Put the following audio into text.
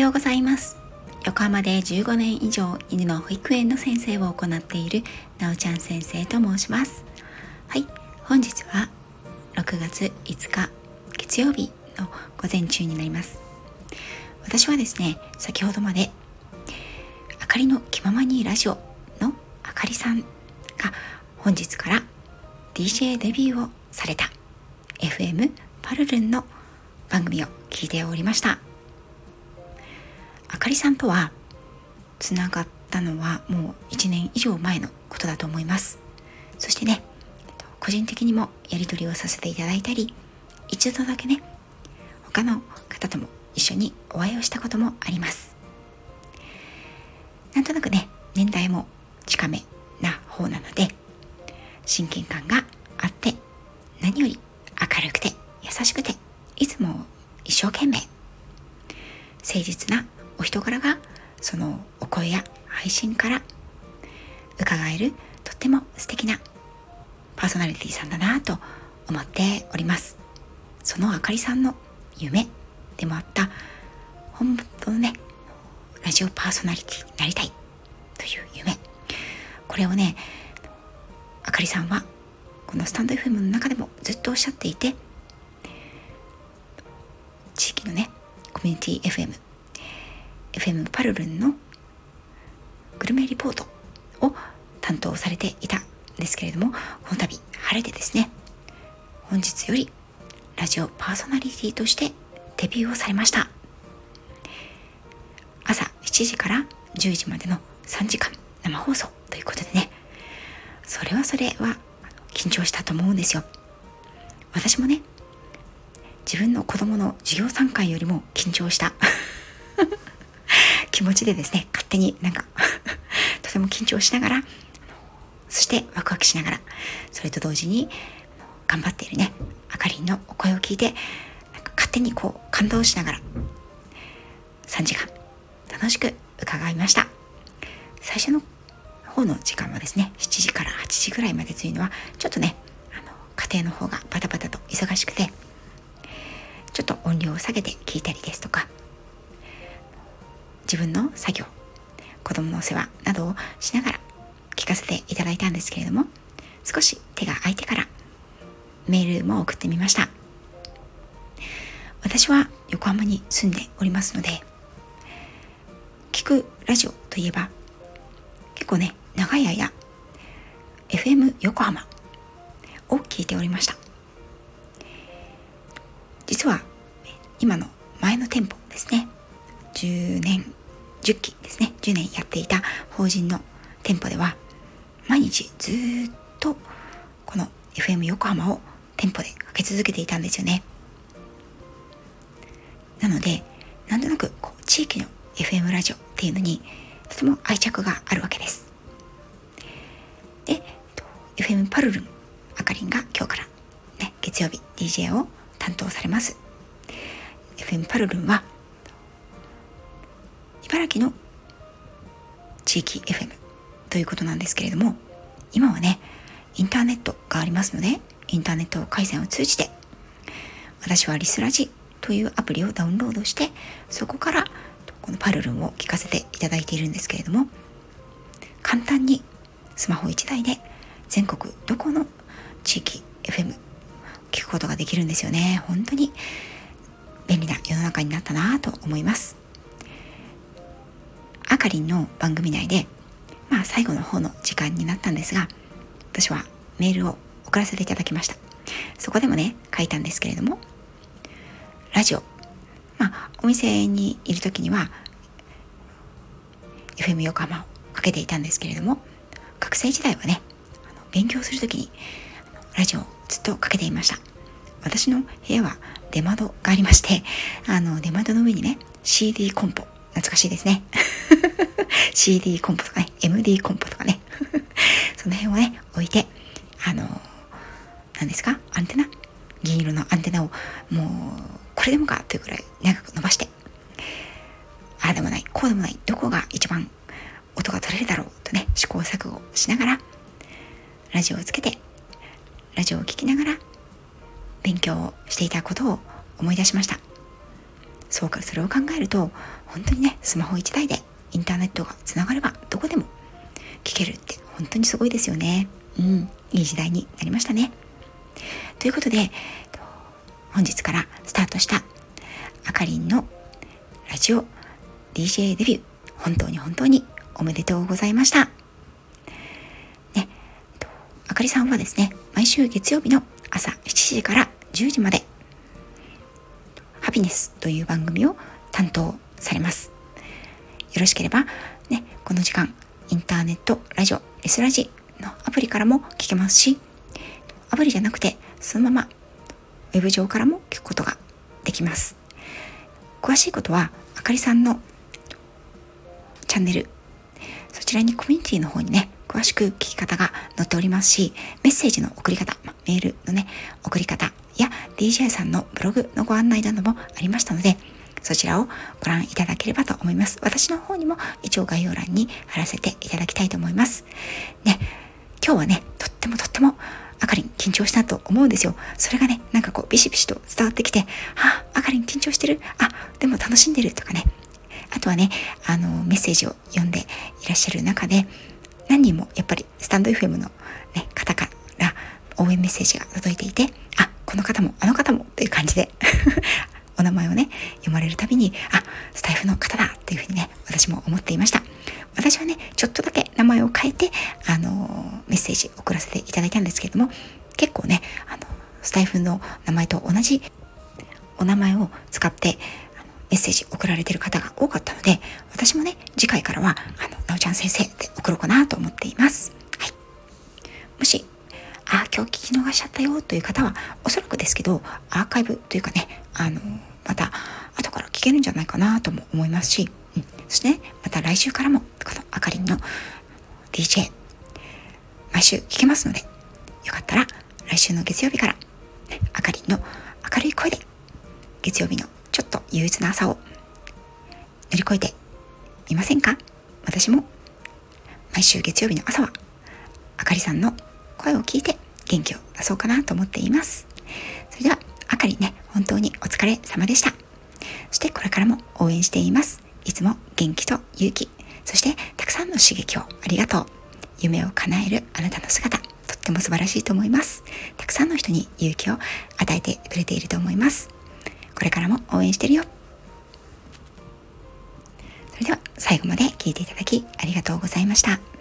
ようございます。横浜で15年以上犬の保育園の先生を行っているなおちゃん先生と申します。はい、本日は6月5日月曜日の午前中になります。私はですね、先ほどまであかりの気ままにラジオのあかりさんが本日から DJ デビューをされた FM パルルンの番組を聞いておりました。あかりさんとはつながったのはもう1年以上前のことだと思います。そしてね、個人的にもやり取りをさせていただいたり、一度だけね他の方とも一緒にお会いをしたこともあります。なんとなくね、年代も近めな方なので親近感があって、何より明るくて優しくて、いつも一生懸命誠実なお人柄がそのお声や配信から伺える、とっても素敵なパーソナリティさんだなと思っております。そのあかりさんの夢でもあった本当のねラジオパーソナリティになりたいという夢、これをねあかりさんはこのスタンド FM の中でもずっとおっしゃっていて、地域のねコミュニティ FM パルルンのグルメリポートを担当されていたんですけれども、この度晴れてですね、本日よりラジオパーソナリティとしてデビューをされました。朝7時から10時までの3時間生放送ということでね、それは緊張したと思うんですよ。私もね、自分の子供の授業参観よりも緊張した気持ちでですね、勝手にとても緊張しながら、そしてワクワクしながら、それと同時に頑張っているねあかりんのお声を聞いて、勝手に感動しながら3時間楽しく伺いました。最初の方の時間はですね、7時から8時ぐらいまでというのはちょっとね家庭の方がバタバタと忙しくて、ちょっと音量を下げて聞いたりですとか、自分の作業、子供のお世話などをしながら聞かせていただいたんですけれども、少し手が空いてからメールも送ってみました。私は横浜に住んでおりますので、聞くラジオといえば結構ね長い間 FM 横浜を聞いておりました。実は今の前の店舗ですね、10期ですね、10年やっていた法人の店舗では毎日ずっとこの FM 横浜を店舗でかけ続けていたんですよね。なのでなんとなく地域の FM ラジオっていうのにとても愛着があるわけです。で、FM パルルンあかりんが今日からね月曜日 DJ を担当されます。 FM パルルンは茨城の地域 FM ということなんですけれども、今はねインターネットがありますので、インターネット回線を通じて私はリスラジというアプリをダウンロードして、そこからこのパルルンを聞かせていただいているんですけれども、簡単にスマホ1台で全国どこの地域 FM 聞くことができるんですよね。本当に便利な世の中になったなと思います。あかりんの番組内で最後の方の時間になったんですが、私はメールを送らせていただきました。そこでもね書いたんですけれども、ラジオ、お店にいる時には FM 横浜をかけていたんですけれども、学生時代はね勉強する時にラジオをずっとかけていました。私の部屋は出窓がありまして、出窓の上にね CD コンポ、懐かしいですねCD コンポとかね MD コンポとかねその辺をね置いて、何ですか、アンテナ、銀色のアンテナをもうこれでもかというくらい長く伸ばして、ああでもないこうでもない、どこが一番音が取れるだろうとね試行錯誤しながらラジオをつけて、ラジオを聞きながら勉強をしていたことを思い出しました。 それを考えると本当にね、スマホ1台でインターネットがつながればどこでも聞けるって本当にすごいですよね。いい時代になりましたね。ということで、本日からスタートしたあかりんのラジオ DJ デビュー、本当におめでとうございましたね。あかりさんはですね、毎週月曜日の朝7時から10時までハピネスという番組を担当されます。よろしければね、この時間インターネットラジオ S ラジのアプリからも聞けますし、アプリじゃなくてそのままウェブ上からも聞くことができます。詳しいことはあかりさんのチャンネル、そちらにコミュニティの方にね、詳しく聞き方が載っておりますし、メッセージの送り方、メールのね送り方や DJ さんのブログのご案内などもありましたので、そちらをご覧いただければと思います。私の方にも一応概要欄に貼らせていただきたいと思いますね。今日はね、とってもあかりん緊張したと思うんですよ。それがね、なんかこうビシビシと伝わってきて、あかりん緊張してる、でも楽しんでるとかね、あとはね、メッセージを読んでいらっしゃる中で、何人もやっぱりスタンド FM の、ね、方から応援メッセージが届いていて、この方もあの方もという感じでお名前をね読まれるたびに、スタイフの方だっていうふうにね、私も思っていました。私はね、ちょっとだけ名前を変えてメッセージ送らせていただいたんですけれども、結構ねスタイフの名前と同じお名前を使ってメッセージ送られている方が多かったので、私もね次回からはなおちゃん先生って送ろうかなと思っています。はい、もし今日聞き逃しちゃったよという方は、おそらくですけどアーカイブというかね、また後から聞けるんじゃないかなとも思いますし、そしてね、また来週からもこのあかりんの DJ 毎週聞けますので、よかったら来週の月曜日から、あかりんの明るい声で月曜日のちょっと憂鬱な朝を乗り越えてみませんか？私も毎週月曜日の朝はあかりさんの声を聞いて元気を出そうかなと思っています。それではあかりね、本当にお疲れ様でした。そしてこれからも応援しています。いつも元気と勇気、そしてたくさんの刺激をありがとう。夢を叶えるあなたの姿、とっても素晴らしいと思います。たくさんの人に勇気を与えてくれていると思います。これからも応援してるよ。それでは最後まで聞いていただきありがとうございました。